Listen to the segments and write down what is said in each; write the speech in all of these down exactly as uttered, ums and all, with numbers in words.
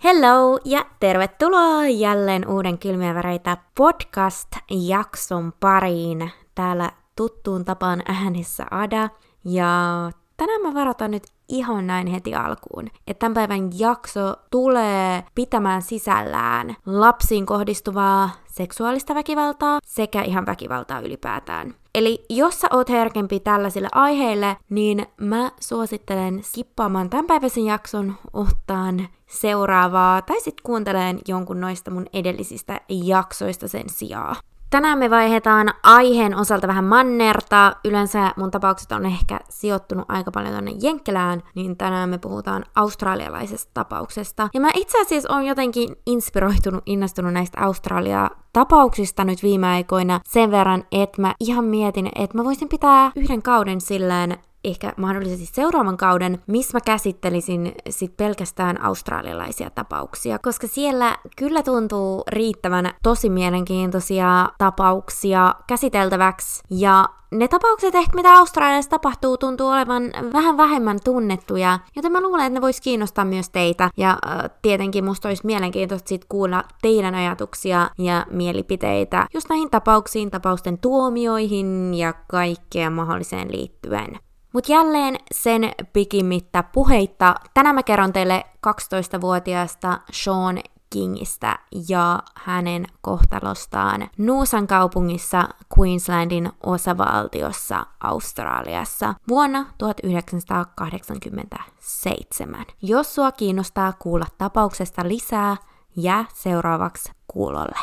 Hello ja tervetuloa jälleen uuden Kylmiä väreitä podcast-jakson pariin. Täällä tuttuun tapaan äänessä Ada ja tänään mä varoitan nyt ihan näin heti alkuun, että tämän päivän jakso tulee pitämään sisällään lapsiin kohdistuvaa seksuaalista väkivaltaa sekä ihan väkivaltaa ylipäätään. Eli jos sä oot herkempi tällaisille aiheille, niin mä suosittelen skippaamaan tämänpäiväisen jakson, ottaan seuraavaa tai sit kuuntelen jonkun noista mun edellisistä jaksoista sen sijaan. Tänään me vaihdetaan aiheen osalta vähän mannerta. Yleensä mun tapaukset on ehkä sijoittunut aika paljon tonne Jenkkelään, niin tänään me puhutaan australialaisesta tapauksesta. Ja mä itse asiassa oon jotenkin inspiroitunut, innostunut näistä Australia-tapauksista nyt viime aikoina sen verran, että mä ihan mietin, että mä voisin pitää yhden kauden silleen, ehkä mahdollisesti seuraavan kauden, missä mä käsittelisin sit pelkästään australialaisia tapauksia, koska siellä kyllä tuntuu riittävän tosi mielenkiintoisia tapauksia käsiteltäväksi, ja ne tapaukset ehkä mitä Australiassa tapahtuu tuntuu olevan vähän vähemmän tunnettuja, joten mä luulen, että ne vois kiinnostaa myös teitä, ja äh, tietenkin musta olisi mielenkiintoista sit kuulla teidän ajatuksia ja mielipiteitä just näihin tapauksiin, tapausten tuomioihin ja kaikkeen mahdolliseen liittyen. Mut jälleen sen pikimmittä puheitta. Tänään mä kerron teille kaksitoistavuotiaasta Sean Kingistä ja hänen kohtalostaan Noosan kaupungissa Queenslandin osavaltiossa Australiassa vuonna tuhatyhdeksänsataakahdeksankymmentäseitsemän. Jos sua kiinnostaa kuulla tapauksesta lisää, jää seuraavaksi kuulolle.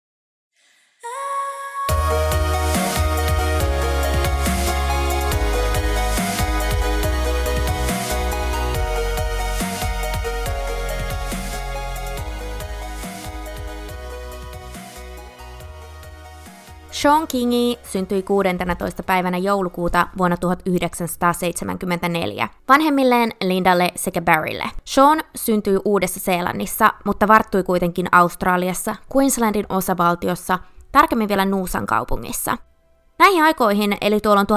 Sean Kingi syntyi kuudentenatoista päivänä joulukuuta vuonna tuhatyhdeksänsataaseitsemänkymmentäneljä vanhemmilleen Lindalle sekä Barrylle. Sean syntyi Uudessa-Seelannissa, mutta varttui kuitenkin Australiassa, Queenslandin osavaltiossa, tarkemmin vielä Noosan kaupungissa. Näihin aikoihin, eli tuolloin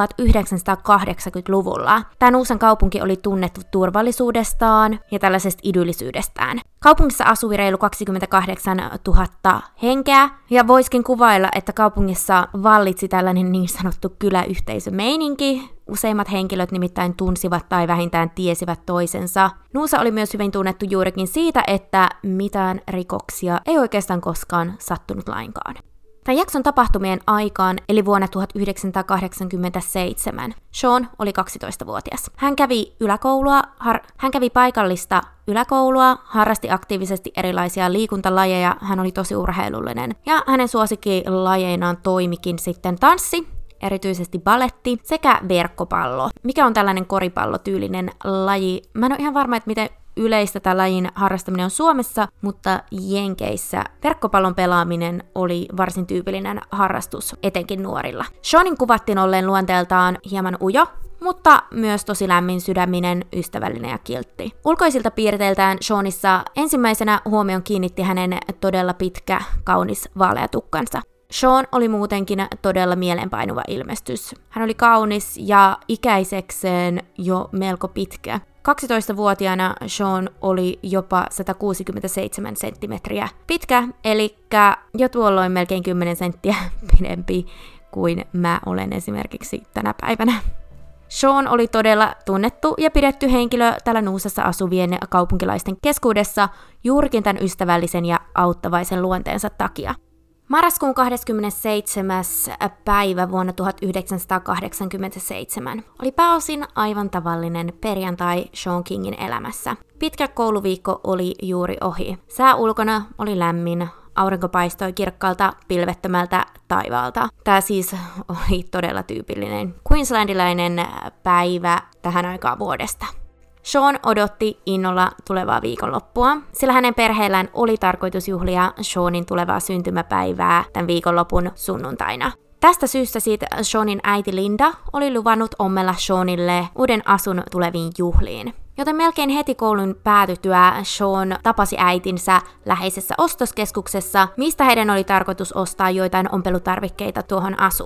tuhatyhdeksänsataakahdeksankymmentäluvulla, tämä Noosan kaupunki oli tunnettu turvallisuudestaan ja tällaisesta idyllisyydestään. Kaupungissa asui reilu kaksikymmentäkahdeksantuhatta henkeä, ja voisikin kuvailla, että kaupungissa vallitsi tällainen niin sanottu kyläyhteisömeininki. Useimmat henkilöt nimittäin tunsivat tai vähintään tiesivät toisensa. Noosa oli myös hyvin tunnettu juurikin siitä, että mitään rikoksia ei oikeastaan koskaan sattunut lainkaan. Tämän jakson tapahtumien aikaan, eli vuonna tuhatyhdeksänsataakahdeksankymmentäseitsemän, Sean oli kaksitoistavuotias. Hän kävi yläkoulua, har- hän kävi paikallista yläkoulua, harrasti aktiivisesti erilaisia liikuntalajeja, hän oli tosi urheilullinen. Ja hänen suosikkilajeinaan toimikin sitten tanssi, erityisesti baletti sekä verkkopallo, mikä on tällainen koripallotyylinen laji. Mä en ole ihan varma, että miten yleistä tämän lajin harrastaminen on Suomessa, mutta Jenkeissä verkkopallon pelaaminen oli varsin tyypillinen harrastus, etenkin nuorilla. Seanin kuvattiin olleen luonteeltaan hieman ujo, mutta myös tosi lämmin sydäminen, ystävällinen ja kiltti. Ulkoisilta piirteiltään Seanissa ensimmäisenä huomion kiinnitti hänen todella pitkä, kaunis vaalea tukkansa. Sean oli muutenkin todella mielenpainuva ilmestys. Hän oli kaunis ja ikäisekseen jo melko pitkä. kaksitoistavuotiaana Sean oli jopa sata kuusikymmentäseitsemän senttimetriä pitkä, eli jo tuolloin melkein kymmenen senttiä pidempi kuin mä olen esimerkiksi tänä päivänä. Sean oli todella tunnettu ja pidetty henkilö täällä Noosassa asuvien kaupunkilaisten keskuudessa juurikin tämän ystävällisen ja auttavaisen luonteensa takia. Marraskuun kahdeskymmenesseitsemäs päivä vuonna tuhatyhdeksänsataakahdeksankymmentäseitsemän oli pääosin aivan tavallinen perjantai Sean Kingin elämässä. Pitkä kouluviikko oli juuri ohi. Sää ulkona oli lämmin, aurinko paistoi kirkkaalta pilvettömältä taivaalta. Tämä siis oli todella tyypillinen queenslandilainen päivä tähän aikaan vuodesta. Sean odotti innolla tulevaa viikonloppua, sillä hänen perheellään oli tarkoitus juhlia Seanin tulevaa syntymäpäivää tämän viikonlopun sunnuntaina. Tästä syystä siitä Seanin äiti Linda oli luvannut ommella Seanille uuden asun tuleviin juhliin. Joten melkein heti koulun päätytyä Sean tapasi äitinsä läheisessä ostoskeskuksessa, mistä heidän oli tarkoitus ostaa joitain ompelutarvikkeita tuohon asuun.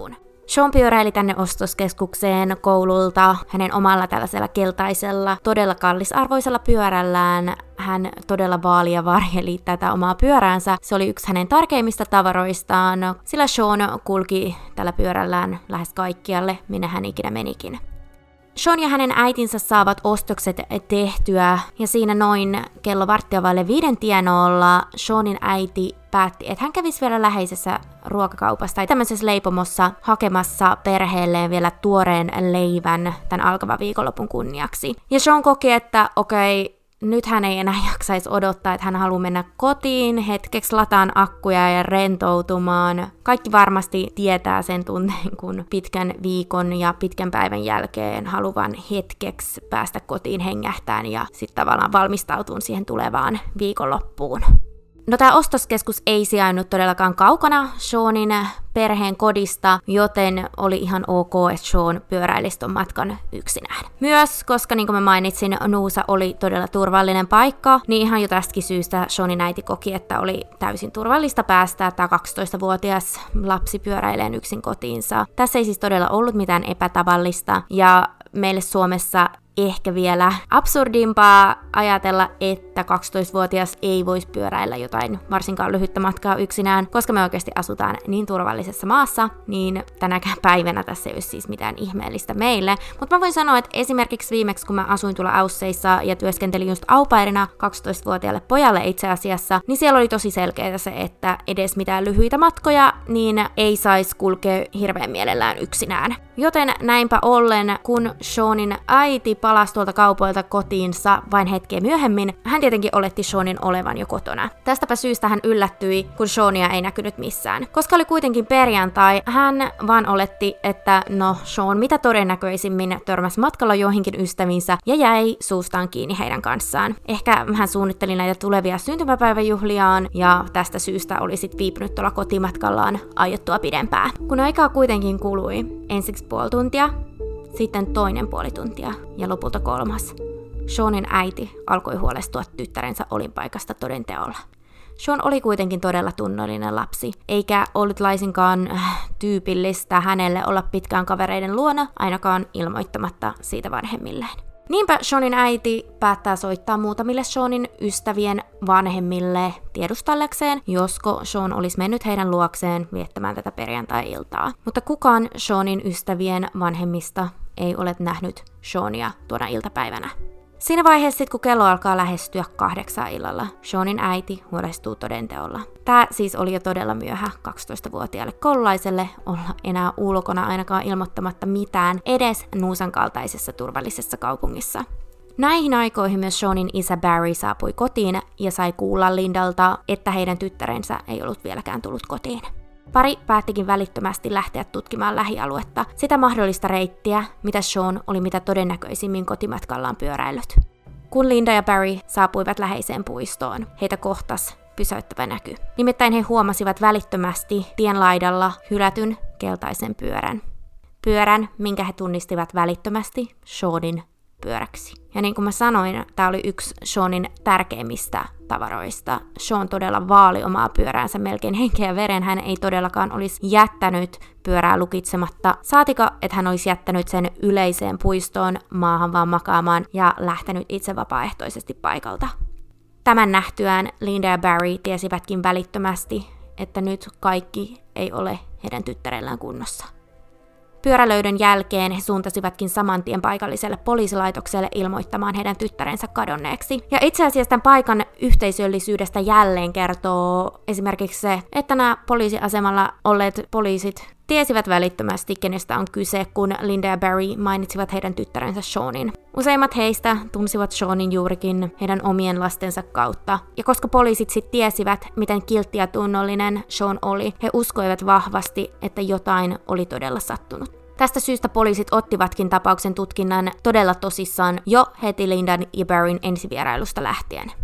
Sean pyöräili tänne ostoskeskukseen koululta hänen omalla tällaisella keltaisella, todella kallisarvoisella pyörällään. Hän todella vaali ja varjeli tätä omaa pyöräänsä. Se oli yksi hänen tärkeimmistä tavaroistaan, sillä Sean kulki tällä pyörällään lähes kaikkialle, minne hän ikinä menikin. Sean ja hänen äitinsä saavat ostokset tehtyä, ja siinä noin kello varttia vaille viiden tienoilla Seanin äiti päätti, että hän kävisi vielä läheisessä ruokakaupassa tai tämmöisessä leipomossa hakemassa perheelleen vielä tuoreen leivän tämän alkavan viikonlopun kunniaksi. Ja Sean koki, että okei, nyt hän ei enää jaksaisi odottaa, että hän haluaa mennä kotiin hetkeksi lataan akkuja ja rentoutumaan. Kaikki varmasti tietää sen tunteen, kun pitkän viikon ja pitkän päivän jälkeen haluan hetkeksi päästä kotiin hengähtään ja sitten tavallaan valmistautua siihen tulevaan viikonloppuun. No tämä ostoskeskus ei sijainnut todellakaan kaukana Seanin perheen kodista, joten oli ihan ok, että Sean pyöräilisi ton matkan yksinään. Myös, koska niin kuin mä mainitsin, Noosa oli todella turvallinen paikka, niin ihan jo tästäkin syystä Seanin äiti koki, että oli täysin turvallista päästää tämä kaksitoistavuotias lapsi pyöräilemään yksin kotiinsa. Tässä ei siis todella ollut mitään epätavallista, ja meille Suomessa ehkä vielä absurdimpaa ajatella, että kaksitoistavuotias ei voisi pyöräillä jotain varsinkaan lyhyttä matkaa yksinään, koska me oikeasti asutaan niin turvallisessa maassa, niin tänäkään päivänä tässä ei ole siis mitään ihmeellistä meille. Mutta mä voin sanoa, että esimerkiksi viimeksi kun mä asuin tuolla Ausseissa ja työskentelin just aupairina kaksitoistavuotiaalle pojalle itse asiassa, niin siellä oli tosi selkeää se, että edes mitään lyhyitä matkoja, niin ei saisi kulkea hirveän mielellään yksinään. Joten näinpä ollen, kun Seanin äiti palasi tuolta kaupoilta kotiinsa vain hetkeä myöhemmin, hän tietenkin oletti Seanin olevan jo kotona. Tästäpä syystä hän yllättyi, kun Seania ei näkynyt missään. Koska oli kuitenkin perjantai, hän vaan oletti, että no Sean mitä todennäköisimmin törmäsi matkalla joihinkin ystävinsä ja jäi suustaan kiinni heidän kanssaan. Ehkä hän suunnitteli näitä tulevia syntymäpäiväjuhliaan ja tästä syystä oli sit viipynyt tuolla kotimatkallaan aiottua pidempään. Kun aikaa kuitenkin kului, ensiksi puoli tuntia, sitten toinen puoli tuntia ja lopulta kolmas. Seanin äiti alkoi huolestua tyttärensä olinpaikasta todenteolla. Sean oli kuitenkin todella tunnollinen lapsi, eikä ollut laisinkaan äh, tyypillistä hänelle olla pitkään kavereiden luona, ainakaan ilmoittamatta siitä vanhemmilleen. Niinpä Seanin äiti päättää soittaa muutamille Seanin ystävien vanhemmille tiedustallekseen, josko Sean olisi mennyt heidän luokseen viettämään tätä perjantai-iltaa. Mutta kukaan Seanin ystävien vanhemmista ei ole nähnyt Seania tuona iltapäivänä. Siinä vaiheessa, kun kello alkaa lähestyä kahdeksan illalla, Seanin äiti huolestuu todenteolla. Tämä siis oli jo todella myöhä kaksitoistavuotiaalle koululaiselle olla enää ulkona ainakaan ilmoittamatta mitään edes Noosan kaltaisessa turvallisessa kaupungissa. Näihin aikoihin myös Seanin isä Barry saapui kotiin ja sai kuulla Lindalta, että heidän tyttärensä ei ollut vieläkään tullut kotiin. Pari päättikin välittömästi lähteä tutkimaan lähialuetta, sitä mahdollista reittiä, mitä Sean oli mitä todennäköisimmin kotimatkallaan pyöräillyt. Kun Linda ja Barry saapuivat läheiseen puistoon, heitä kohtasi pysäyttävä näky. Nimittäin he huomasivat välittömästi tien laidalla hylätyn keltaisen pyörän. Pyörän, minkä he tunnistivat välittömästi Seanin pyöräksi. Ja niin kuin mä sanoin, tämä oli yksi Seanin tärkeimmistä tavaroista. Sean todella vaali omaa pyöräänsä melkein henkeä ja veren. Hän ei todellakaan olisi jättänyt pyörää lukitsematta. Saatika, että hän olisi jättänyt sen yleiseen puistoon maahan vaan makaamaan ja lähtenyt itse vapaaehtoisesti paikalta. Tämän nähtyään Linda ja Barry tiesivätkin välittömästi, että nyt kaikki ei ole heidän tyttärellään kunnossa. Pyörälöydön jälkeen he suuntasivatkin saman tien paikalliselle poliisilaitokselle ilmoittamaan heidän tyttärensä kadonneeksi. Ja itse asiassa tämän paikan yhteisöllisyydestä jälleen kertoo esimerkiksi se, että nämä poliisiasemalla olleet poliisit tiesivät välittömästi, kenestä on kyse, kun Linda ja Barry mainitsivat heidän tyttärensä Seanin. Useimmat heistä tunsivat Seanin juurikin heidän omien lastensa kautta. Ja koska poliisit sitten tiesivät, miten kiltti ja tunnollinen Sean oli, he uskoivat vahvasti, että jotain oli todella sattunut. Tästä syystä poliisit ottivatkin tapauksen tutkinnan todella tosissaan jo heti Lindan ja Barryn ensivierailusta lähtien.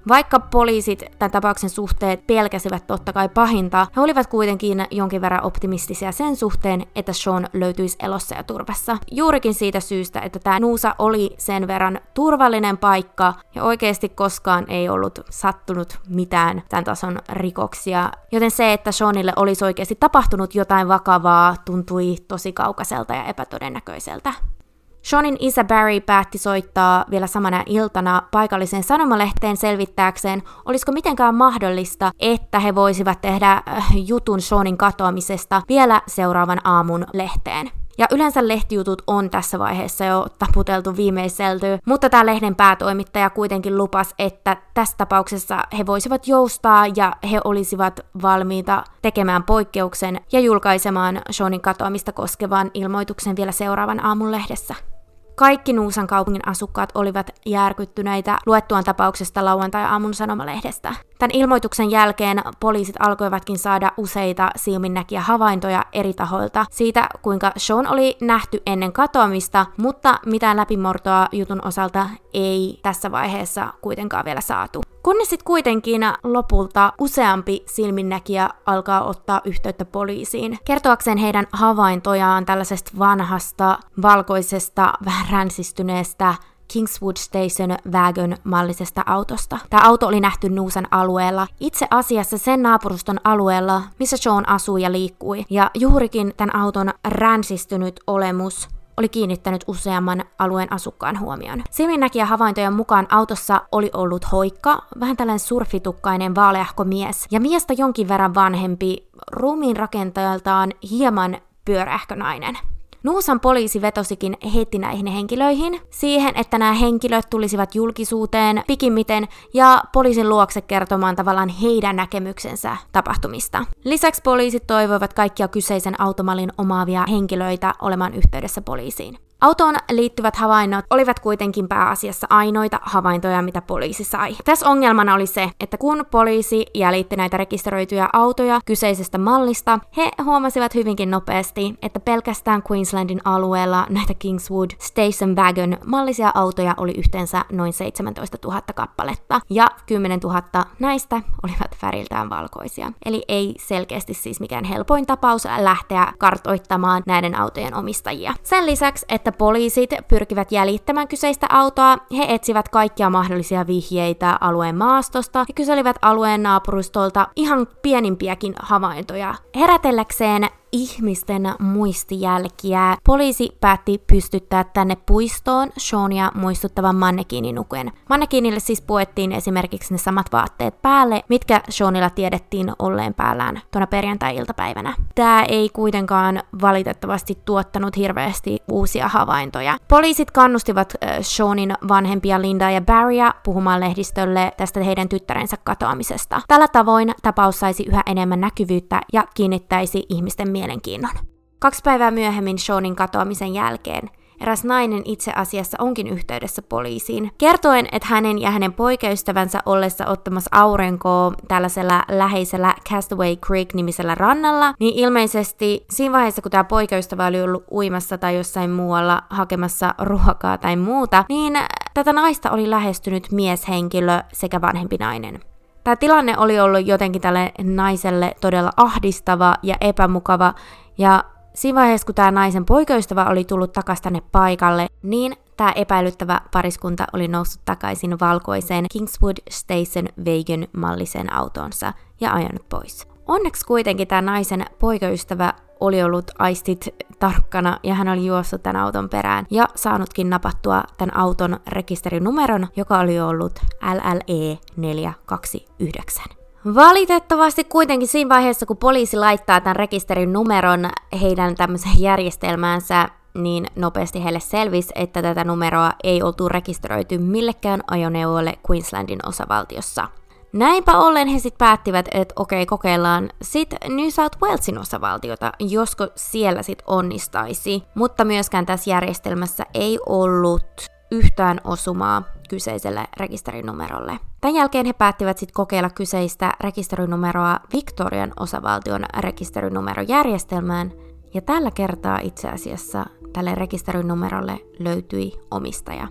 Vaikka poliisit tämän tapauksen suhteet pelkäsivät totta kai pahinta, he olivat kuitenkin jonkin verran optimistisia sen suhteen, että Sean löytyisi elossa ja turvassa. Juurikin siitä syystä, että tämä Noosa oli sen verran turvallinen paikka ja oikeasti koskaan ei ollut sattunut mitään tämän tason rikoksia. Joten se, että Seanille olisi oikeasti tapahtunut jotain vakavaa, tuntui tosi kaukaiselta ja epätodennäköiseltä. Seanin isä Barry päätti soittaa vielä samana iltana paikalliseen sanomalehteen selvittääkseen, olisiko mitenkään mahdollista, että he voisivat tehdä jutun Seanin katoamisesta vielä seuraavan aamun lehteen. Ja yleensä lehtijutut on tässä vaiheessa jo taputeltu viimeiselty, mutta tämä lehden päätoimittaja kuitenkin lupasi, että tässä tapauksessa he voisivat joustaa ja he olisivat valmiita tekemään poikkeuksen ja julkaisemaan Seanin katoamista koskevan ilmoituksen vielä seuraavan aamun lehdessä. Kaikki Noosan kaupungin asukkaat olivat järkyttyneitä luettuaan tapauksesta lauantai-aamun sanomalehdestä. Tämän ilmoituksen jälkeen poliisit alkoivatkin saada useita silminnäkiä havaintoja eri tahoilta siitä, kuinka Sean oli nähty ennen katoamista, mutta mitään läpimurtoa jutun osalta ei tässä vaiheessa kuitenkaan vielä saatu. Kunnes sitten kuitenkin lopulta useampi silminnäkijä alkaa ottaa yhteyttä poliisiin, kertoakseen heidän havaintojaan tällaisesta vanhasta, valkoisesta, vähän ränsistyneestä Kingswood Station Wagon-mallisesta autosta. Tämä auto oli nähty Noosan alueella, itse asiassa sen naapuruston alueella, missä Sean asui ja liikkui. Ja juurikin tämän auton ränsistynyt olemus oli kiinnittänyt useamman alueen asukkaan huomion. Silminnäkijä havaintojen mukaan autossa oli ollut hoikka, vähän tällainen surfitukkainen vaaleahko mies, ja miestä jonkin verran vanhempi, ruumiin rakentajaltaan hieman pyörähkö nainen. Noosan poliisi vetosikin heti näihin henkilöihin, siihen, että nämä henkilöt tulisivat julkisuuteen pikimmiten ja poliisin luokse kertomaan tavallaan heidän näkemyksensä tapahtumista. Lisäksi poliisit toivoivat kaikkia kyseisen automallin omaavia henkilöitä olemaan yhteydessä poliisiin. Autoon liittyvät havainnot olivat kuitenkin pääasiassa ainoita havaintoja, mitä poliisi sai. Tässä ongelmana oli se, että kun poliisi jäljitti näitä rekisteröityjä autoja kyseisestä mallista, he huomasivat hyvinkin nopeasti, että pelkästään Queenslandin alueella näitä Kingswood Station Wagon mallisia autoja oli yhteensä noin seitsemäntoista tuhatta kappaletta, ja kymmenen tuhatta näistä olivat väriltään valkoisia. Eli ei selkeästi siis mikään helpoin tapaus lähteä kartoittamaan näiden autojen omistajia. Sen lisäksi, että että poliisit pyrkivät jäljittämään kyseistä autoa, he etsivät kaikkia mahdollisia vihjeitä alueen maastosta ja kyselivät alueen naapurustolta ihan pienimpiäkin havaintoja. Herätelläkseen ihmisten muistijälkiä poliisi päätti pystyttää tänne puistoon Seania muistuttavan mannekiininuken. Mannekiinille siis puettiin esimerkiksi ne samat vaatteet päälle, mitkä Seanilla tiedettiin olleen päällään tuona perjantai-iltapäivänä. Tämä ei kuitenkaan valitettavasti tuottanut hirveästi uusia havaintoja. Poliisit kannustivat äh, Seanin vanhempia Lindaa ja Barrya puhumaan lehdistölle tästä heidän tyttärensä katoamisesta. Tällä tavoin tapaus saisi yhä enemmän näkyvyyttä ja kiinnittäisi ihmisten mielenkiinnon. Kaksi päivää myöhemmin Seanin katoamisen jälkeen eräs nainen itse asiassa onkin yhteydessä poliisiin, kertoen, että hänen ja hänen poikaystävänsä ollessa ottamassa aurinkoa tällaisella läheisellä Castaway Creek-nimisellä rannalla, niin ilmeisesti siinä vaiheessa, kun tämä poikaystävä oli ollut uimassa tai jossain muualla hakemassa ruokaa tai muuta, niin tätä naista oli lähestynyt mieshenkilö sekä vanhempi nainen. Tämä tilanne oli ollut jotenkin tälle naiselle todella ahdistava ja epämukava, ja siinä vaiheessa, kun tämä naisen poikaystävä oli tullut takaisin tänne paikalle, niin tämä epäilyttävä pariskunta oli noussut takaisin valkoiseen Kingswood Station Wagon-malliseen autonsa ja ajanut pois. Onneksi kuitenkin tämä naisen poikaystävä oli ollut aistit tarkkana ja hän oli juossut tämän auton perään ja saanutkin napattua tämän auton rekisterinumeron, joka oli ollut L L E neljä kaksi yhdeksän. Valitettavasti kuitenkin siinä vaiheessa, kun poliisi laittaa tämän rekisterin numeron heidän tämmöiseen järjestelmäänsä, niin nopeasti heille selvisi, että tätä numeroa ei oltu rekisteröity millekään ajoneuvoille Queenslandin osavaltiossa. Näinpä ollen he sitten päättivät, että okei, kokeillaan sitten New South Walesin osavaltiota, josko siellä sitten onnistaisi, mutta myöskään tässä järjestelmässä ei ollut yhtään osumaa kyseiselle rekisterinumerolle. Tämän jälkeen he päättivät sitten kokeilla kyseistä rekisterinumeroa Victorian osavaltion rekisterinumerojärjestelmään, ja tällä kertaa itse asiassa tälle rekisterinumerolle löytyi omistaja.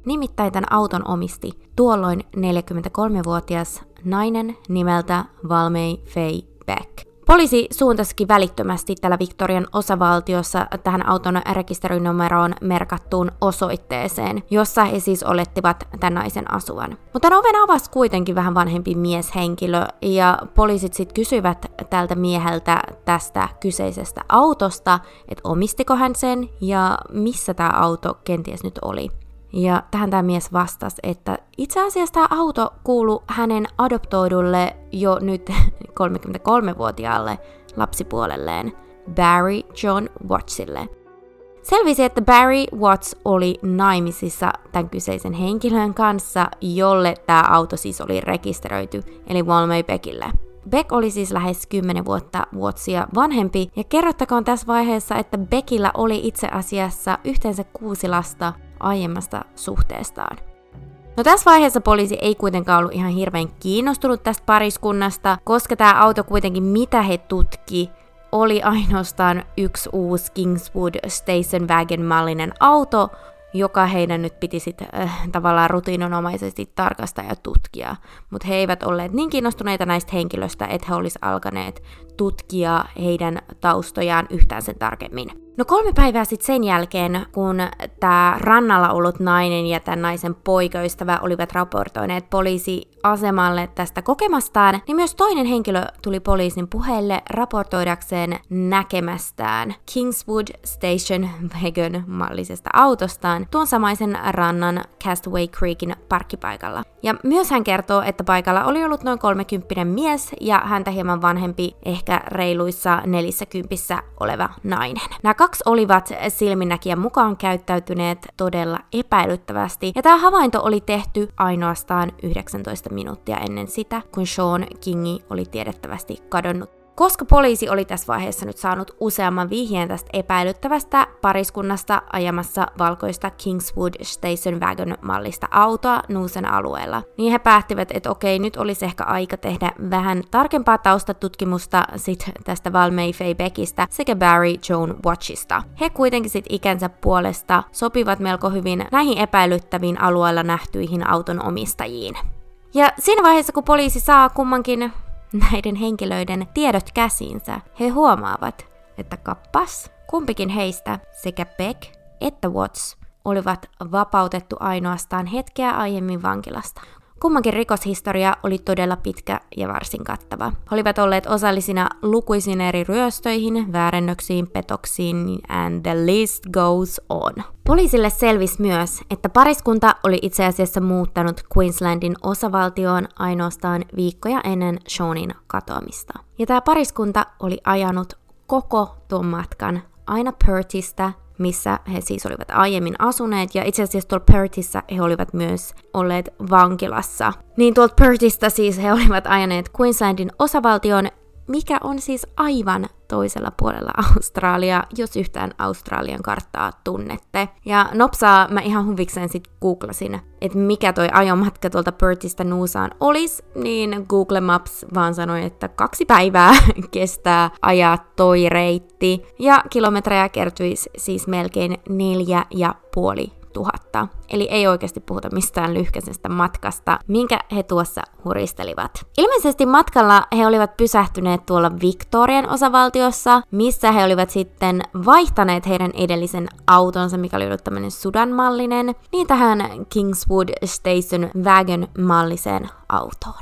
Nimittäin tämän auton omisti tuolloin neljäkymmentäkolmevuotias nainen nimeltä Valmey Faye Beck. Poliisi suuntasikin välittömästi tällä Victorian osavaltiossa tähän auton rekisterinumeroon merkattuun osoitteeseen, jossa he siis olettivat tämän naisen asuvan. Mutta oven avasi kuitenkin vähän vanhempi mieshenkilö, ja poliisit sitten kysyivät tältä mieheltä tästä kyseisestä autosta, että omistiko hän sen ja missä tämä auto kenties nyt oli. Ja tähän tämä mies vastasi, että itse asiassa tämä auto kuului hänen adoptoidulle jo nyt kolmekymmentäkolmevuotiaalle lapsipuolelleen Barry John Wattsille. Selvisi, että Barry Watts oli naimisissa tämän kyseisen henkilön kanssa, jolle tämä auto siis oli rekisteröity, eli Valmey Beckille. Beck oli siis lähes kymmenen vuotta Wattsia vanhempi, ja kerrottakoon tässä vaiheessa, että Beckillä oli itse asiassa yhteensä kuusi lasta aiemmasta suhteestaan. No tässä vaiheessa poliisi ei kuitenkaan ollut ihan hirveän kiinnostunut tästä pariskunnasta, koska tämä auto kuitenkin, mitä he tutki, oli ainoastaan yksi uusi Kingswood Station Wagon-mallinen auto, joka heidän nyt piti sitten äh, tavallaan rutiinomaisesti tarkastaa ja tutkia. Mutta he eivät olleet niin kiinnostuneita näistä henkilöistä, että he olisivat alkaneet tutkia heidän taustojaan yhtään sen tarkemmin. No kolme päivää sitten sen jälkeen, kun tämä rannalla ollut nainen ja tämän naisen poikaystävä olivat raportoineet poliisiasemalle tästä kokemastaan, niin myös toinen henkilö tuli poliisin puheelle raportoidakseen näkemästään Kingswood Station Wagon mallisesta autostaan tuon samaisen rannan Castaway Creekin parkkipaikalla. Ja myös hän kertoo, että paikalla oli ollut noin kolmekymppinen mies ja häntä hieman vanhempi, ehkä reiluissa nelissäkymppissä oleva nainen. Nämä kaksi olivat silminnäkijän mukaan käyttäytyneet todella epäilyttävästi, ja tämä havainto oli tehty ainoastaan yhdeksäntoista minuuttia ennen sitä, kun Sean Kingi oli tiedettävästi kadonnut. Koska poliisi oli tässä vaiheessa nyt saanut useamman vihjeen tästä epäilyttävästä pariskunnasta ajamassa valkoista Kingswood Station Wagon-mallista autoa Noosan alueella, niin he päättivät, että okei, nyt olisi ehkä aika tehdä vähän tarkempaa taustatutkimusta sit tästä Valmey Faye Beckistä sekä Barry John Wattsista. He kuitenkin sit ikänsä puolesta sopivat melko hyvin näihin epäilyttäviin alueella nähtyihin auton omistajiin. Ja siinä vaiheessa, kun poliisi saa kummankin näiden henkilöiden tiedot käsiinsä, he huomaavat, että kappas, kumpikin heistä, sekä Beck että Watts, olivat vapautettu ainoastaan hetkeä aiemmin vankilasta. Kummankin rikoshistoria oli todella pitkä ja varsin kattava. He olivat olleet osallisina lukuisiin eri ryöstöihin, väärennöksiin, petoksiin, and the list goes on. Poliisille selvisi myös, että pariskunta oli itse asiassa muuttanut Queenslandin osavaltioon ainoastaan viikkoja ennen Seanin katoamista. Ja tämä pariskunta oli ajanut koko tuon matkan aina Perthistä, missä he siis olivat aiemmin asuneet, ja itse asiassa tuolla Perthissä he olivat myös olleet vankilassa. Niin tuolta Perthistä siis he olivat ajaneet Queenslandin osavaltioon, mikä on siis aivan toisella puolella Australiaa, jos yhtään Australian karttaa tunnette. Ja nopsaa mä ihan huvikseen sit googlasin, että mikä toi ajomatka tuolta Perthistä Noosaan olisi, niin Google Maps vaan sanoi, että kaksi päivää kestää ajaa toi reitti, ja kilometrejä kertyisi siis melkein neljä ja puoli tuhatta. Eli ei oikeasti puhuta mistään lyhkäisestä matkasta, minkä he tuossa huristelivat. Ilmeisesti matkalla he olivat pysähtyneet tuolla Victorian osavaltiossa, missä he olivat sitten vaihtaneet heidän edellisen autonsa, mikä oli ollut tämmöinen sudanmallinen, niin tähän Kingswood Station Wagon-malliseen autoon.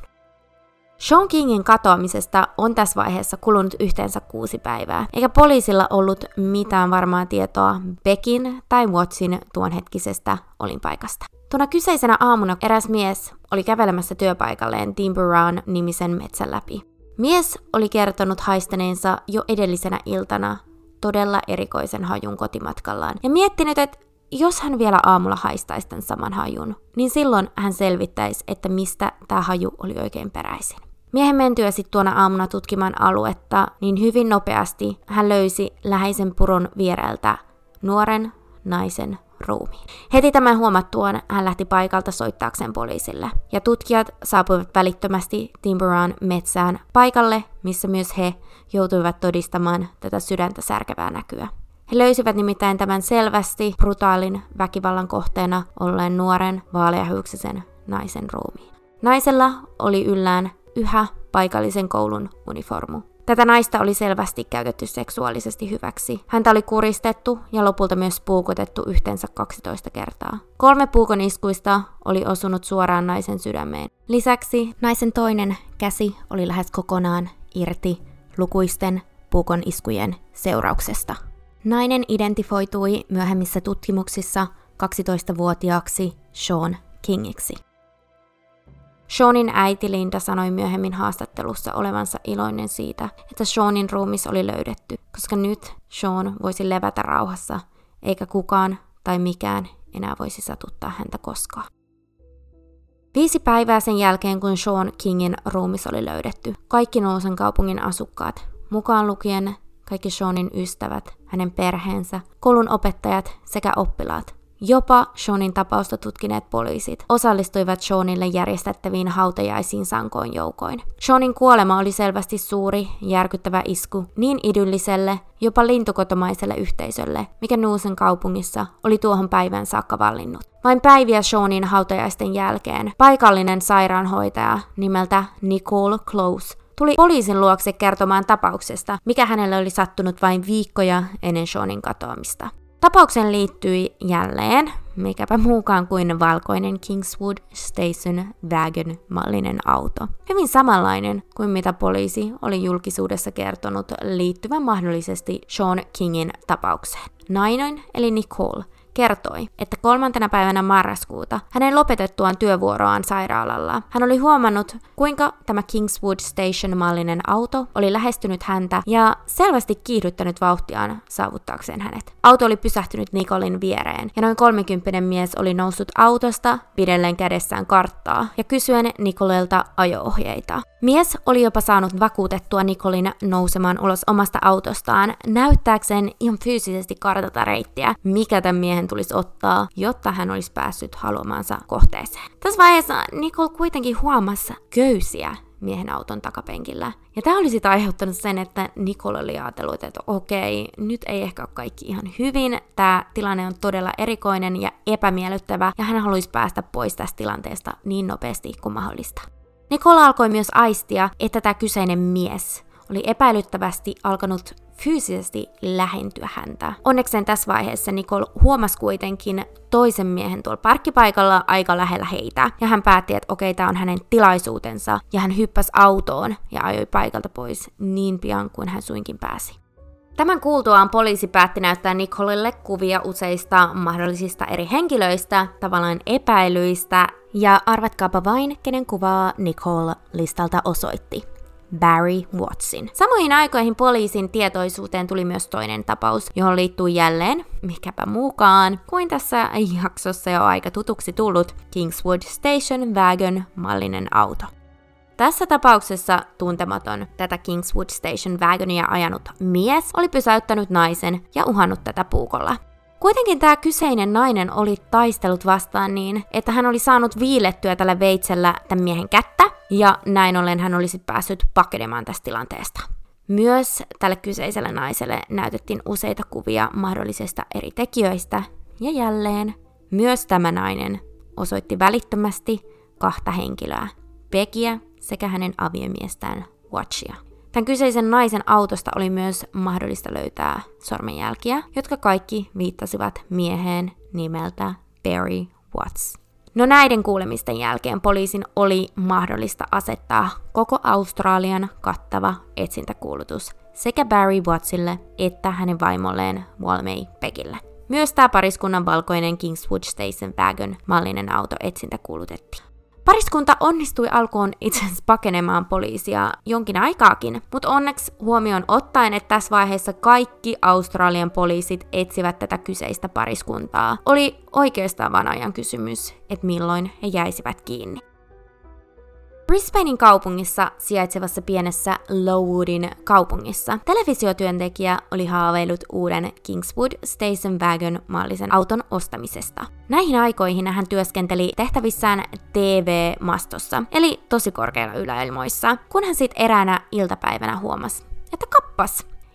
Sean Kingin katoamisesta on tässä vaiheessa kulunut yhteensä kuusi päivää, eikä poliisilla ollut mitään varmaa tietoa Beckin tai Wattsin tuon hetkisestä olinpaikasta. Tuona kyseisenä aamuna eräs mies oli kävelemässä työpaikalleen Timberaan-nimisen metsän läpi. Mies oli kertonut haistaneensa jo edellisenä iltana todella erikoisen hajun kotimatkallaan ja miettinyt, että jos hän vielä aamulla haistaisi tämän saman hajun, niin silloin hän selvittäisi, että mistä tämä haju oli oikein peräisin. Miehen mentyä sitten tuona aamuna tutkimaan aluetta, niin hyvin nopeasti hän löysi läheisen puron viereltä nuoren naisen ruumiin. Heti tämän huomattuaan hän lähti paikalta soittaakseen poliisille, ja tutkijat saapuivat välittömästi Timberaan metsään paikalle, missä myös he joutuivat todistamaan tätä sydäntä särkevää näkyä. He löysivät nimittäin tämän selvästi brutaalin väkivallan kohteena olleen nuoren vaaleahiuksisen naisen ruumiin. Naisella oli yllään yhä paikallisen koulun uniformu. Tätä naista oli selvästi käytetty seksuaalisesti hyväksi. Häntä oli kuristettu ja lopulta myös puukotettu yhteensä kaksitoista kertaa. Kolme puukon iskuista oli osunut suoraan naisen sydämeen. Lisäksi naisen toinen käsi oli lähes kokonaan irti lukuisten puukon iskujen seurauksesta. Nainen identifoitui myöhemmissä tutkimuksissa kaksitoistavuotiaaksi Sean Kingiksi. Seanin äiti Linda sanoi myöhemmin haastattelussa olevansa iloinen siitä, että Seanin ruumis oli löydetty, koska nyt Sean voisi levätä rauhassa, eikä kukaan tai mikään enää voisi satuttaa häntä koskaan. Viisi päivää sen jälkeen, kun Sean Kingin ruumis oli löydetty, kaikki Nousan kaupungin asukkaat, mukaan lukien kaikki Seanin ystävät, hänen perheensä, koulun opettajat sekä oppilaat, jopa Seanin tapausta tutkineet poliisit osallistuivat Seanille järjestettäviin hautajaisiin sankoin joukoin. Seanin kuolema oli selvästi suuri, järkyttävä isku niin idylliselle, jopa lintukotomaiselle yhteisölle, mikä Nousan kaupungissa oli tuohon päivään saakka vallinnut. Vain päiviä Seanin hautajaisten jälkeen paikallinen sairaanhoitaja nimeltä Nicole Close tuli poliisin luokse kertomaan tapauksesta, mikä hänelle oli sattunut vain viikkoja ennen Seanin katoamista. Tapaukseen liittyi jälleen, mikäpä muukaan kuin valkoinen Kingswood Station Wagon-mallinen auto. Hyvin samanlainen kuin mitä poliisi oli julkisuudessa kertonut liittyvän mahdollisesti Sean Kingin tapaukseen. Nainen, eli Nicole, kertoi, että kolmantena päivänä marraskuuta hänen lopetettuaan työvuoroaan sairaalalla hän oli huomannut, kuinka tämä Kingswood Station-mallinen auto oli lähestynyt häntä ja selvästi kiihdyttänyt vauhtiaan saavuttaakseen hänet. Auto oli pysähtynyt Nicolin viereen ja noin kolmekymppinen mies oli noussut autosta pidellen kädessään karttaa ja kysyen Nicolelta ajo-ohjeita. Mies oli jopa saanut vakuutettua Nicolin nousemaan ulos omasta autostaan näyttääkseen ihan fyysisesti kartata reittiä, mikä tämän miehen tulisi ottaa, jotta hän olisi päässyt haluamaansa kohteeseen. Tässä vaiheessa Nicole kuitenkin huomasi köysiä miehen auton takapenkillä. Ja tämä oli sitten aiheuttanut sen, että Nicole oli ajatellut, että okei, nyt ei ehkä ole kaikki ihan hyvin. Tämä tilanne on todella erikoinen ja epämiellyttävä, ja hän haluaisi päästä pois tästä tilanteesta niin nopeasti kuin mahdollista. Nicole alkoi myös aistia, että tämä kyseinen mies oli epäilyttävästi alkanut fyysisesti lähentyä häntä. Onnekseen tässä vaiheessa Nicole huomasi kuitenkin toisen miehen tuolla parkkipaikalla aika lähellä heitä, ja hän päätti, että okei, tämä on hänen tilaisuutensa, ja hän hyppäsi autoon ja ajoi paikalta pois niin pian kuin hän suinkin pääsi. Tämän kuultuaan poliisi päätti näyttää Nicolelle kuvia useista mahdollisista eri henkilöistä, tavallaan epäilyistä, ja arvatkaapa vain, kenen kuvaa Nicole listalta osoitti. Barry Wattsin. Samoihin aikoihin poliisin tietoisuuteen tuli myös toinen tapaus, johon liittyy jälleen, mikäpä muukaan, kuin tässä jaksossa jo aika tutuksi tullut Kingswood Station Wagon-mallinen auto. Tässä tapauksessa tuntematon tätä Kingswood Station Wagonia ajanut mies oli pysäyttänyt naisen ja uhannut tätä puukolla. Kuitenkin tämä kyseinen nainen oli taistellut vastaan niin, että hän oli saanut viilettyä tällä veitsellä tämän miehen kättä, ja näin ollen hän olisi päässyt pakenemaan tästä tilanteesta. Myös tälle kyseiselle naiselle näytettiin useita kuvia mahdollisista eri tekijöistä, ja jälleen myös tämä nainen osoitti välittömästi kahta henkilöä, Beckyä sekä hänen aviomiestään Watchia. Tämän kyseisen naisen autosta oli myös mahdollista löytää sormenjälkiä, jotka kaikki viittasivat mieheen nimeltä Barry Watts. No näiden kuulemisten jälkeen poliisin oli mahdollista asettaa koko Australian kattava etsintäkuulutus sekä Barry Wattsille että hänen vaimolleen Walmay Beckille. Myös tämä pariskunnan valkoinen Kingswood Station Wagon mallinen auto etsintä kuulutettiin. Pariskunta onnistui alkuun itse asiassa pakenemaan poliisia jonkin aikaakin, mutta onneksi huomioon ottaen, että tässä vaiheessa kaikki Australian poliisit etsivät tätä kyseistä pariskuntaa, oli oikeastaan vain ajan kysymys, että milloin he jäisivät kiinni. Brisbanein kaupungissa sijaitsevassa pienessä Lowoodin kaupungissa televisiotyöntekijä oli haaveillut uuden Kingswood Station Wagon-mallisen auton ostamisesta. Näihin aikoihin hän työskenteli tehtävissään T V-mastossa, eli tosi korkeilla yläilmoissa, kun hän sitten eräänä iltapäivänä huomasi, että kappas,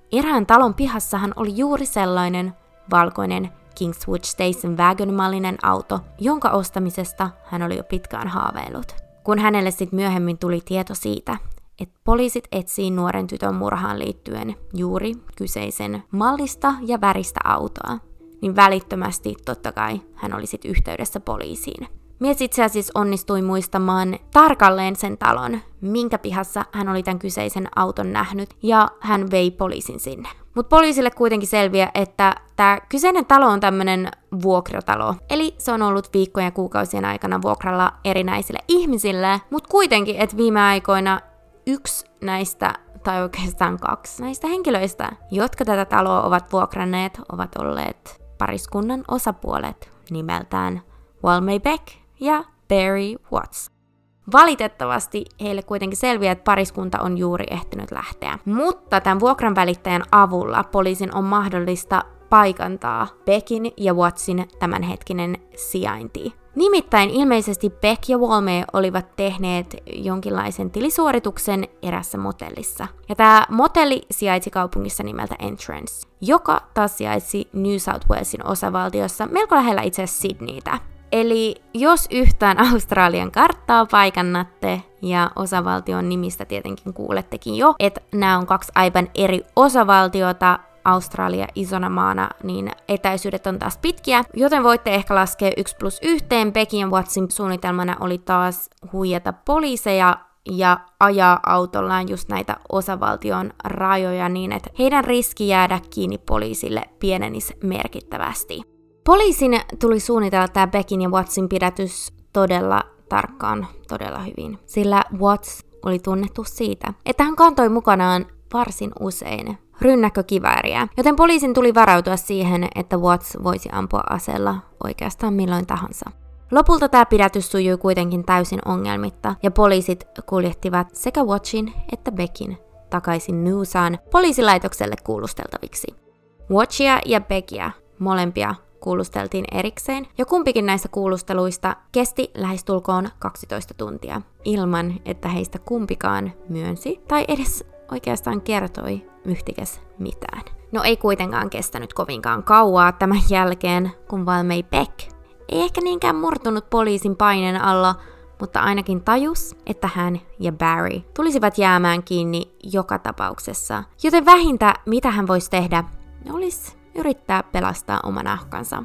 erään talon pihassahan oli juuri sellainen valkoinen Kingswood Station Wagon-mallinen auto, jonka ostamisesta hän oli jo pitkään haaveillut. Kun hänelle sitten myöhemmin tuli tieto siitä, että poliisit etsii nuoren tytön murhaan liittyen juuri kyseisen mallista ja väristä autoa, niin välittömästi totta kai hän oli sitten yhteydessä poliisiin. Mies itse asiassa onnistui muistamaan tarkalleen sen talon, minkä pihassa hän oli tämän kyseisen auton nähnyt, ja hän vei poliisin sinne. Mutta poliisille kuitenkin selviää, että tämä kyseinen talo on tämmöinen vuokratalo. Eli se on ollut viikkojen ja kuukausien aikana vuokralla erinäisille ihmisille, mutta kuitenkin, että viime aikoina yksi näistä, tai oikeastaan kaksi näistä henkilöistä, jotka tätä taloa ovat vuokranneet, ovat olleet pariskunnan osapuolet nimeltään Walmay Beck ja Barry Watts. Valitettavasti heille kuitenkin selviää, että pariskunta on juuri ehtinyt lähteä. Mutta tämän vuokran välittäjän avulla poliisin on mahdollista paikantaa Beckin ja Wattsin tämänhetkinen sijainti. Nimittäin ilmeisesti Beck ja Walmay olivat tehneet jonkinlaisen tilisuorituksen erässä motellissa. Ja tämä motelli sijaitsi kaupungissa nimeltä Entrance, joka taas sijaitsi New South Walesin osavaltiossa melko lähellä itse asiassa Sydneytä. Eli jos yhtään Australian karttaa paikannatte, ja osavaltion nimistä tietenkin kuulettekin jo, että nämä on kaksi aivan eri osavaltiota, Australia isona maana, niin etäisyydet on taas pitkiä, joten voitte ehkä laskea yksi plus yhteen. Beckin ja Wattsin suunnitelmana oli taas huijata poliiseja ja ajaa autollaan just näitä osavaltion rajoja niin, että heidän riski jäädä kiinni poliisille pienenisi merkittävästi. Poliisin tuli suunnitella tämä Beckin ja Wattsin pidätys todella tarkkaan, todella hyvin, sillä Watts oli tunnettu siitä, että hän kantoi mukanaan varsin usein rynnäkkökivääriä, joten poliisin tuli varautua siihen, että Watts voisi ampua aseella oikeastaan milloin tahansa. Lopulta tämä pidätys sujui kuitenkin täysin ongelmitta, ja poliisit kuljettivat sekä Watchin että Beckin takaisin Noosaan poliisilaitokselle kuulusteltaviksi. Watchia ja Beckia, molempia, kuulusteltiin erikseen, ja kumpikin näistä kuulusteluista kesti lähestulkoon kaksitoista tuntia, ilman että heistä kumpikaan myönsi tai edes oikeastaan kertoi yhtikäs mitään. No ei kuitenkaan kestänyt kovinkaan kauaa tämän jälkeen, kun Walmay Beck ei ehkä niinkään murtunut poliisin paineen alla, mutta ainakin tajus, että hän ja Barry tulisivat jäämään kiinni joka tapauksessa. Joten vähintä, mitä hän voisi tehdä, olisi yrittää pelastaa oman nahkansa.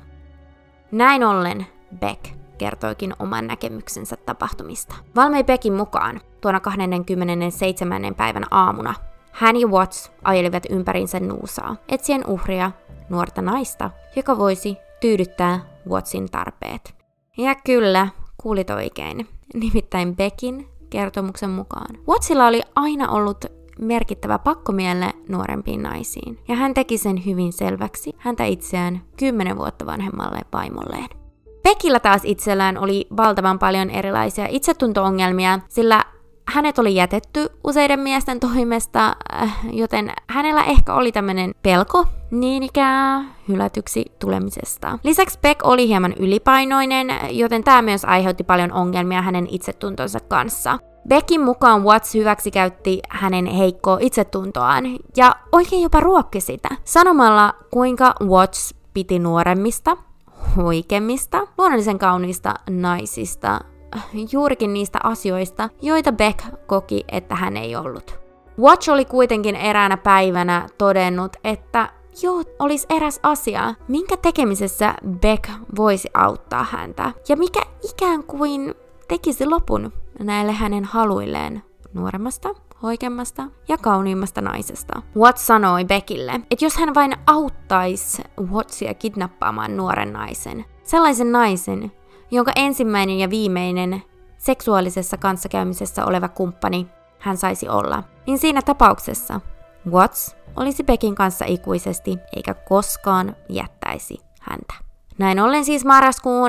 Näin ollen Beck kertoikin oman näkemyksensä tapahtumista. Walmay Beckin mukaan tuona kahdeskymmenesseitsemäs päivän aamuna hän ja Watts ajelivat ympärinsä Noosaa, etsien uhria, nuorta naista, joka voisi tyydyttää Wattsin tarpeet. Ja kyllä, kuulit oikein. Nimittäin Beckin kertomuksen mukaan Wattsilla oli aina ollut merkittävä pakkomielle nuorempiin naisiin, ja hän teki sen hyvin selväksi häntä itseään kymmenen vuotta vanhemmalle vaimolleen. Beckillä taas itsellään oli valtavan paljon erilaisia itsetunto-ongelmia, sillä hänet oli jätetty useiden miesten toimesta, joten hänellä ehkä oli tämmöinen pelko niin ikään hylätyksi tulemisesta. Lisäksi Beck oli hieman ylipainoinen, joten tämä myös aiheutti paljon ongelmia hänen itsetuntonsa kanssa. Beckin mukaan Watts hyväksikäytti hänen heikkoa itsetuntoaan ja oikein jopa ruokki sitä, sanomalla kuinka Watts piti nuoremmista, hoikemmista, luonnollisen kauniista naisista, juurikin niistä asioista, joita Beck koki, että hän ei ollut. Watts oli kuitenkin eräänä päivänä todennut, että joo, olisi eräs asia, minkä tekemisessä Beck voisi auttaa häntä, ja mikä ikään kuin tekisi lopun näille hänen haluilleen nuoremmasta, hoikemmasta ja kauniimmasta naisesta. Watts sanoi Beckille, että jos hän vain auttaisi Wattsia kidnappaamaan nuoren naisen, sellaisen naisen, jonka ensimmäinen ja viimeinen seksuaalisessa kanssakäymisessä oleva kumppani hän saisi olla, niin siinä tapauksessa Watts olisi Beckin kanssa ikuisesti eikä koskaan jättäisi häntä. Näin ollen siis marraskuun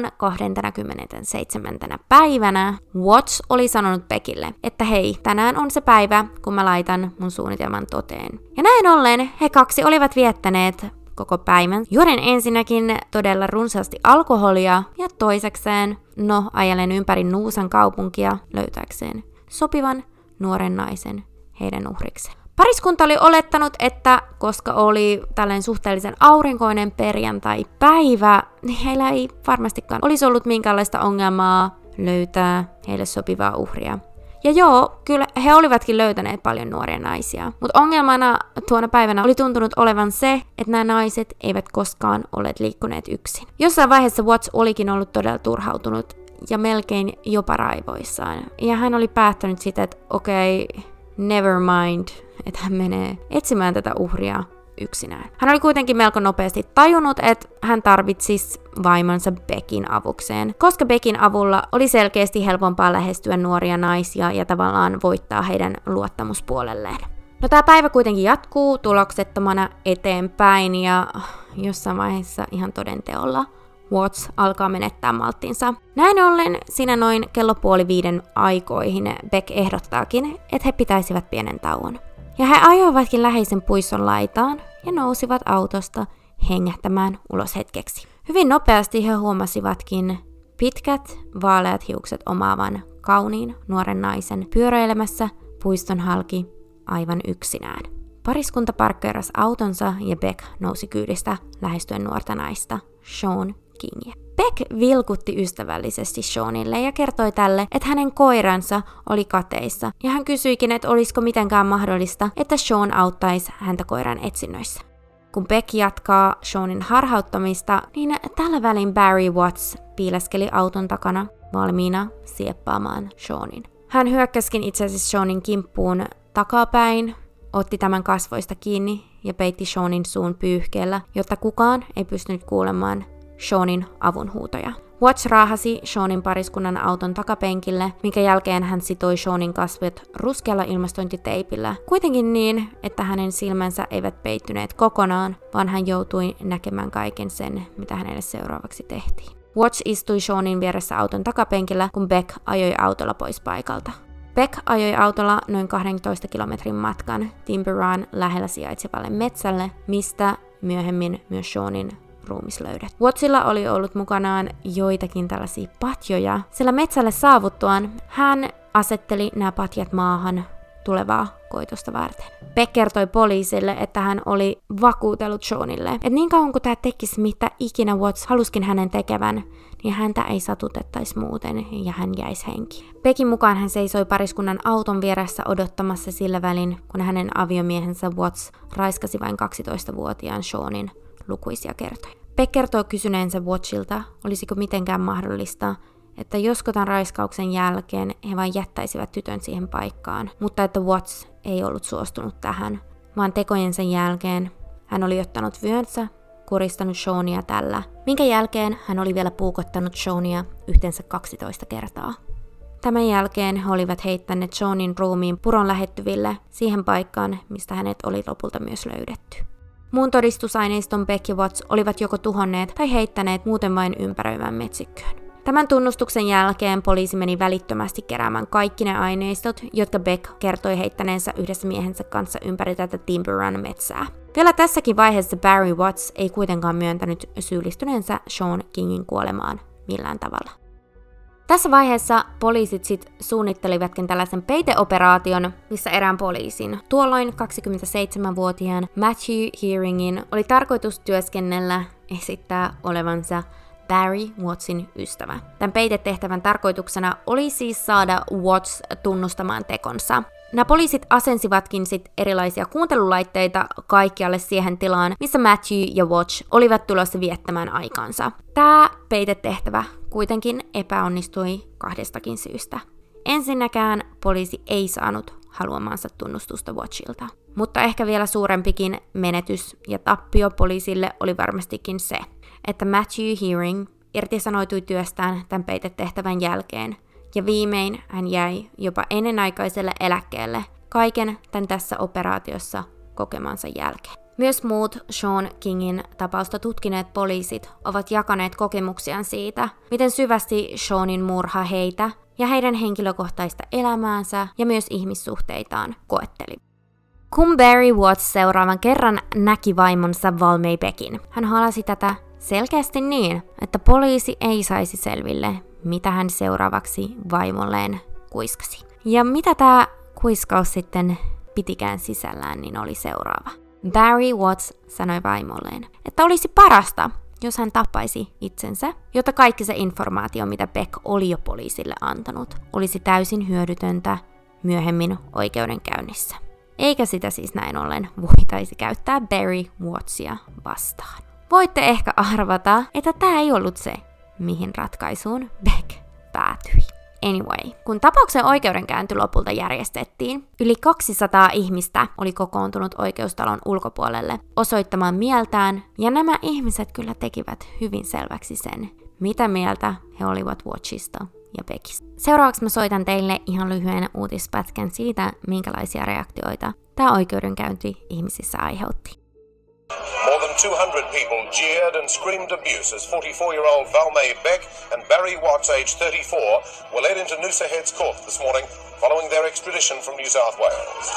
kahdeskymmenesseitsemäs päivänä Watts oli sanonut Beckille, että hei, tänään on se päivä, kun mä laitan mun suunnitelman toteen. Ja näin ollen he kaksi olivat viettäneet koko päivän, juoden ensinnäkin todella runsaasti alkoholia ja toisekseen, no ajellen ympäri Noosan kaupunkia löytääkseen sopivan nuoren naisen heidän uhrikseen. Pariskunta oli olettanut, että koska oli tällainen suhteellisen aurinkoinen perjantai-päivä, niin heillä ei varmastikaan olisi ollut minkäänlaista ongelmaa löytää heille sopivaa uhria. Ja joo, kyllä he olivatkin löytäneet paljon nuoria naisia, mutta ongelmana tuona päivänä oli tuntunut olevan se, että nämä naiset eivät koskaan olleet liikkuneet yksin. Jossain vaiheessa Watts olikin ollut todella turhautunut ja melkein jopa raivoissaan. Ja hän oli päättänyt sitä, että okei, okay, never mind, että hän menee etsimään tätä uhria yksinään. Hän oli kuitenkin melko nopeasti tajunnut, että hän tarvitsisi vaimonsa Beckin avukseen, koska Beckin avulla oli selkeästi helpompaa lähestyä nuoria naisia ja tavallaan voittaa heidän luottamuspuolelleen. No tää päivä kuitenkin jatkuu tuloksettomana eteenpäin ja jossain vaiheessa ihan todenteolla Watts alkaa menettää malttinsa. Näin ollen siinä noin kello puoli viiden aikoihin Beck ehdottaakin, että he pitäisivät pienen tauon. Ja he ajoivatkin läheisen puiston laitaan ja nousivat autosta hengähtämään ulos hetkeksi. Hyvin nopeasti he huomasivatkin pitkät, vaaleat hiukset omaavan kauniin nuoren naisen pyöräilemässä puiston halki aivan yksinään. Pariskunta parkkeerasi autonsa ja Beck nousi kyydistä lähestyen nuorta naista, Sean Kingia. Beck vilkutti ystävällisesti Seanille ja kertoi tälle, että hänen koiransa oli kateissa, ja hän kysyikin, että olisiko mitenkään mahdollista, että Sean auttaisi häntä koiran etsinnöissä. Kun Beck jatkaa Seanin harhauttamista, niin tällä välin Barry Watts piileskeli auton takana valmiina sieppaamaan Seanin. Hän hyökkäskin itse asiassa Seanin kimppuun takapäin, otti tämän kasvoista kiinni ja peitti Seanin suun pyyhkeellä, jotta kukaan ei pystynyt kuulemaan Seanin avunhuutoja. Watts raahasi Seanin pariskunnan auton takapenkille, minkä jälkeen hän sitoi Seanin kasvot ruskealla ilmastointiteipillä, kuitenkin niin, että hänen silmänsä eivät peittyneet kokonaan, vaan hän joutui näkemään kaiken sen, mitä hänelle seuraavaksi tehtiin. Watts istui Seanin vieressä auton takapenkillä, kun Beck ajoi autolla pois paikalta. Beck ajoi autolla noin kahdentoista kilometrin matkan Timberan lähellä sijaitsevalle metsälle, mistä myöhemmin myös Seanin ruumis löydettiin. Wattsilla oli ollut mukanaan joitakin tällaisia patjoja, sillä metsälle saavuttuaan hän asetteli nämä patjat maahan tulevaa koitosta varten. Beck kertoi poliisille, että hän oli vakuutellut Seanille, että niin kauan kuin tämä tekisi mitä ikinä Watts haluskin hänen tekevän, niin häntä ei satutettaisi muuten ja hän jäisi henkiin. Beckin mukaan hän seisoi pariskunnan auton vieressä odottamassa sillä välin, kun hänen aviomiehensä Watts raiskasi vain kaksitoistavuotiaan Seanin lukuisia kertoja. Beck kertoo kysyneensä Watchilta, olisiko mitenkään mahdollista, että josko tämän raiskauksen jälkeen he vain jättäisivät tytön siihen paikkaan, mutta että Watts ei ollut suostunut tähän, vaan tekojensa jälkeen hän oli ottanut vyönsä, kuristanut Seania tällä, minkä jälkeen hän oli vielä puukottanut Seania yhteensä kaksitoista kertaa. Tämän jälkeen he olivat heittäneet Seanin ruumiin puron lähettyville siihen paikkaan, mistä hänet oli lopulta myös löydetty. Muun todistusaineiston Beck ja Watts olivat joko tuhonneet tai heittäneet muuten vain ympäröivään metsikköön. Tämän tunnustuksen jälkeen poliisi meni välittömästi keräämään kaikki ne aineistot, jotka Beck kertoi heittäneensä yhdessä miehensä kanssa ympäri tätä Timberan metsää. Vielä tässäkin vaiheessa Barry Watts ei kuitenkaan myöntänyt syyllistyneensä Sean Kingin kuolemaan millään tavalla. Tässä vaiheessa poliisit sit suunnittelivatkin tällaisen peiteoperaation, missä erään poliisin, tuolloin kaksikymmentäseitsemänvuotiaan Matthew Hearingin, oli tarkoitus työskennellä esittää olevansa Barry Wattsin ystävä. Tämän peitetehtävän tarkoituksena oli siis saada Watts tunnustamaan tekonsa. Nämä poliisit asensivatkin sit erilaisia kuuntelulaitteita kaikkialle siihen tilaan, missä Matthew ja Watts olivat tulossa viettämään aikansa. Tämä peitetehtävä kuitenkin epäonnistui kahdestakin syystä. Ensinnäkään poliisi ei saanut haluamansa tunnustusta Watchilta. Mutta ehkä vielä suurempikin menetys ja tappio poliisille oli varmastikin se, että Matthew Hearing irtisanoitui työstään tämän peitetehtävän jälkeen, ja viimein hän jäi jopa ennenaikaiselle eläkkeelle kaiken tämän tässä operaatiossa kokemansa jälkeen. Myös muut Sean Kingin tapausta tutkineet poliisit ovat jakaneet kokemuksiaan siitä, miten syvästi Seanin murha heitä ja heidän henkilökohtaista elämäänsä ja myös ihmissuhteitaan koetteli. Kun Barry Watts seuraavan kerran näki vaimonsa Valmey Beckin, hän halasi tätä selkeästi niin, että poliisi ei saisi selville, mitä hän seuraavaksi vaimolleen kuiskasi. Ja mitä tämä kuiskaus sitten pitikään sisällään, niin oli seuraava. Barry Watts sanoi vaimolleen, että olisi parasta, jos hän tappaisi itsensä, jotta kaikki se informaatio, mitä Beck oli jo poliisille antanut, olisi täysin hyödytöntä myöhemmin oikeudenkäynnissä. Eikä sitä siis näin ollen voitaisi käyttää Barry Wattsia vastaan. Voitte ehkä arvata, että tämä ei ollut se, mihin ratkaisuun Beck päätyi. Anyway, kun tapauksen oikeudenkäynti lopulta järjestettiin, yli kaksisataa ihmistä oli kokoontunut oikeustalon ulkopuolelle osoittamaan mieltään, ja nämä ihmiset kyllä tekivät hyvin selväksi sen, mitä mieltä he olivat Wattsista ja Beckistä. Seuraavaksi mä soitan teille ihan lyhyen uutispätkän siitä, minkälaisia reaktioita tämä oikeudenkäynti ihmisissä aiheutti. More than two hundred people jeered and screamed abuse as forty-four-year-old Valmay Beck and Barry Watts, age thirty-four, were led into Noosa Heads Court this morning following their extradition from New South Wales.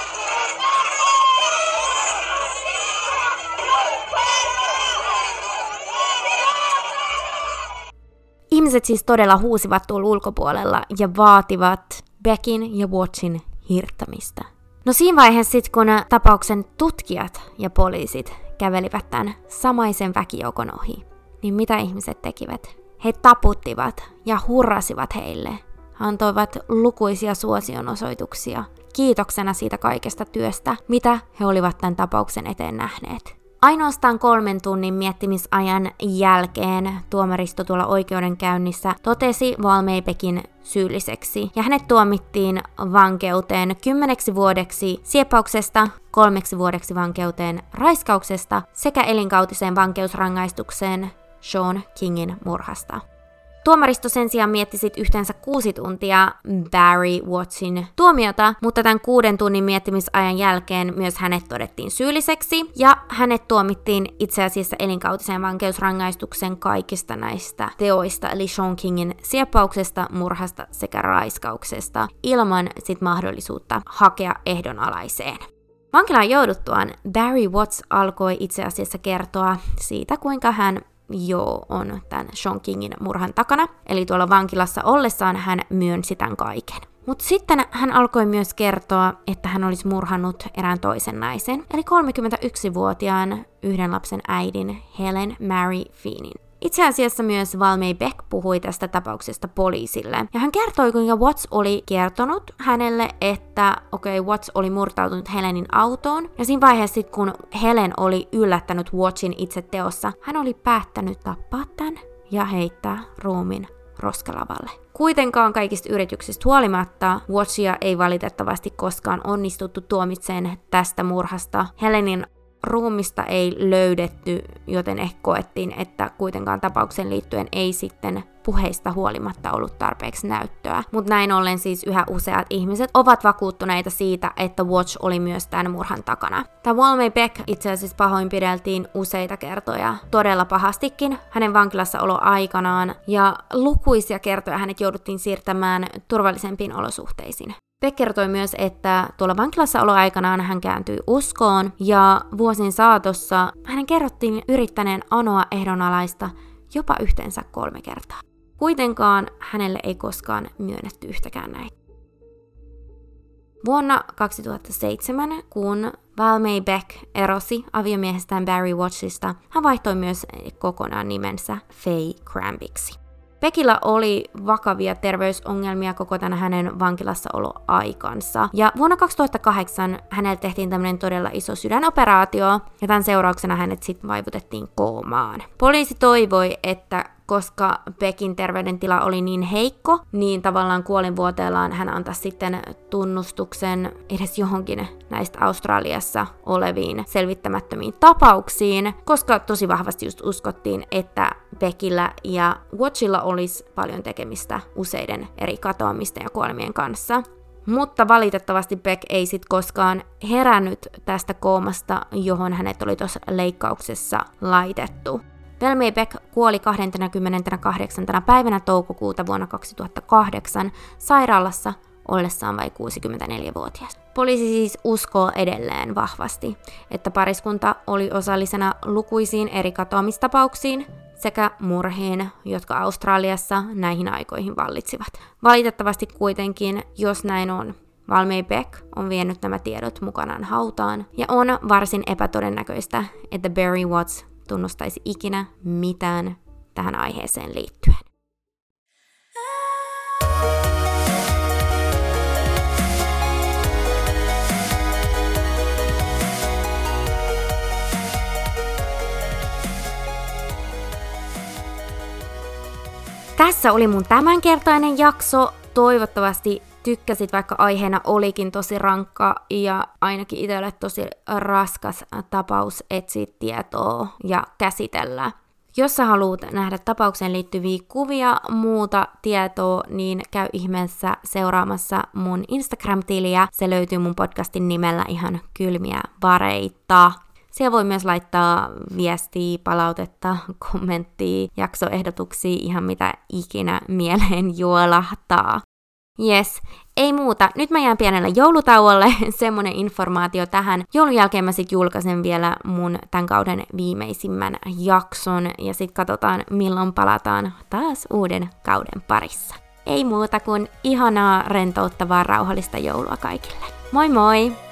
Ihmiset siis todella huusivat tuolla ulkopuolella ja vaativat Beckin ja Wattsin hirttämistä. No siinä vaiheessa sitten, kun tapauksen tutkijat ja poliisit kävelivät tämän samaisen väkijoukon ohi, niin mitä ihmiset tekivät? He taputtivat ja hurrasivat heille, antoivat lukuisia suosionosoituksia kiitoksena siitä kaikesta työstä, mitä he olivat tämän tapauksen eteen nähneet. Ainoastaan kolmen tunnin miettimisajan jälkeen tuomaristo tuolla oikeudenkäynnissä totesi Valmay Beckin syylliseksi ja hänet tuomittiin vankeuteen kymmeneksi vuodeksi sieppauksesta, kolmeksi vuodeksi vankeuteen raiskauksesta sekä elinkautiseen vankeusrangaistukseen Sean Kingin murhasta. Tuomaristo sen sijaan mietti sit yhteensä kuusi tuntia Barry Wattsin tuomiota, mutta tämän kuuden tunnin miettimisajan jälkeen myös hänet todettiin syylliseksi, ja hänet tuomittiin itse asiassa elinkautiseen vankeusrangaistuksen kaikista näistä teoista, eli Sean Kingin sieppauksesta, murhasta sekä raiskauksesta, ilman sit mahdollisuutta hakea ehdonalaiseen. Vankilaan jouduttuaan Barry Watts alkoi itse asiassa kertoa siitä, kuinka hän jo on tämän Sean Kingin murhan takana, eli tuolla vankilassa ollessaan hän myönsi tämän kaiken. Mutta sitten hän alkoi myös kertoa, että hän olisi murhannut erään toisen naisen, eli kolmekymmentäyksivuotiaan yhden lapsen äidin Helen Mary Feenin. Itse asiassa myös Valmay Beck puhui tästä tapauksesta poliisille, ja hän kertoi, kuinka Watts oli kertonut hänelle, että okei, okay, Watts oli murtautunut Helenin autoon, ja siinä vaiheessa sit, kun Helen oli yllättänyt Wattsin itse teossa, hän oli päättänyt tappaa tämän ja heittää ruumin roskalavalle. Kuitenkaan kaikista yrityksistä huolimatta Wattsia ei valitettavasti koskaan onnistuttu tuomitseen tästä murhasta. Helenin ruumista ei löydetty, joten ehkä koettiin, että kuitenkaan tapauksen liittyen ei sitten puheista huolimatta ollut tarpeeksi näyttöä. Mutta näin ollen siis yhä useat ihmiset ovat vakuuttuneita siitä, että Watts oli myös tämän murhan takana. Tämä Valmay Beck itse asiassa pahoinpideltiin useita kertoja, todella pahastikin hänen vankilassaolo aikanaan, ja lukuisia kertoja hänet jouduttiin siirtämään turvallisempiin olosuhteisiin. Beck kertoi myös, että tuolla vankilassaoloaikanaan hän kääntyi uskoon, ja vuosien saatossa hänen kerrottiin yrittäneen anoa ehdonalaista jopa yhteensä kolme kertaa. Kuitenkaan hänelle ei koskaan myönnetty yhtäkään näitä. Vuonna kaksituhattaseitsemän, kun Valmay Beck erosi aviomiehestään Barry Wattsista, hän vaihtoi myös kokonaan nimensä Faye Cranbiksi. Beckillä oli vakavia terveysongelmia koko tämän hänen vankilassaoloaikansa. Ja vuonna kaksituhattakahdeksan hänelle tehtiin tämmöinen todella iso sydänoperaatio, ja tämän seurauksena hänet sitten vaivutettiin koomaan. Poliisi toivoi, että koska Beckin terveydentila oli niin heikko, niin tavallaan kuolinvuoteellaan hän antaisi sitten tunnustuksen edes johonkin näistä Australiassa oleviin selvittämättömiin tapauksiin, koska tosi vahvasti just uskottiin, että Beckillä ja Wattsilla olisi paljon tekemistä useiden eri katoamisten ja kuolemien kanssa. Mutta valitettavasti Beck ei sit koskaan herännyt tästä koomasta, johon hänet oli tuossa leikkauksessa laitettu. Valmay Beck kuoli kahdeskymmeneskahdeksas päivänä toukokuuta vuonna kaksituhattakahdeksan sairaalassa ollessaan vain kuusikymmentäneljävuotias. Poliisi siis uskoo edelleen vahvasti, että pariskunta oli osallisena lukuisiin eri katoamistapauksiin sekä murhiin, jotka Australiassa näihin aikoihin vallitsivat. Valitettavasti kuitenkin, jos näin on, Valmei Beck on vienyt nämä tiedot mukanaan hautaan, ja on varsin epätodennäköistä, että Barry Watts tunnustaisi ikinä mitään tähän aiheeseen liittyen. Tässä oli mun tämänkertainen jakso. Toivottavasti tykkäsit, vaikka aiheena olikin tosi rankka ja ainakin itselle tosi raskas tapaus etsiä tietoa ja käsitellä. Jos sä haluat nähdä tapaukseen liittyviä kuvia, muuta tietoa, niin käy ihmeessä seuraamassa mun Instagram-tiliä. Se löytyy mun podcastin nimellä ihan Kylmiä vareita. Siellä voi myös laittaa viestiä, palautetta, kommenttia, jaksoehdotuksia, ihan mitä ikinä mieleen juolahtaa. Jes, ei muuta. Nyt mä jään pienelle joulutauolle, semmonen informaatio tähän. Joulun jälkeen mä sit julkaisen vielä mun tämän kauden viimeisimmän jakson, ja sit katsotaan milloin palataan taas uuden kauden parissa. Ei muuta kuin ihanaa, rentouttavaa, rauhallista joulua kaikille. Moi moi!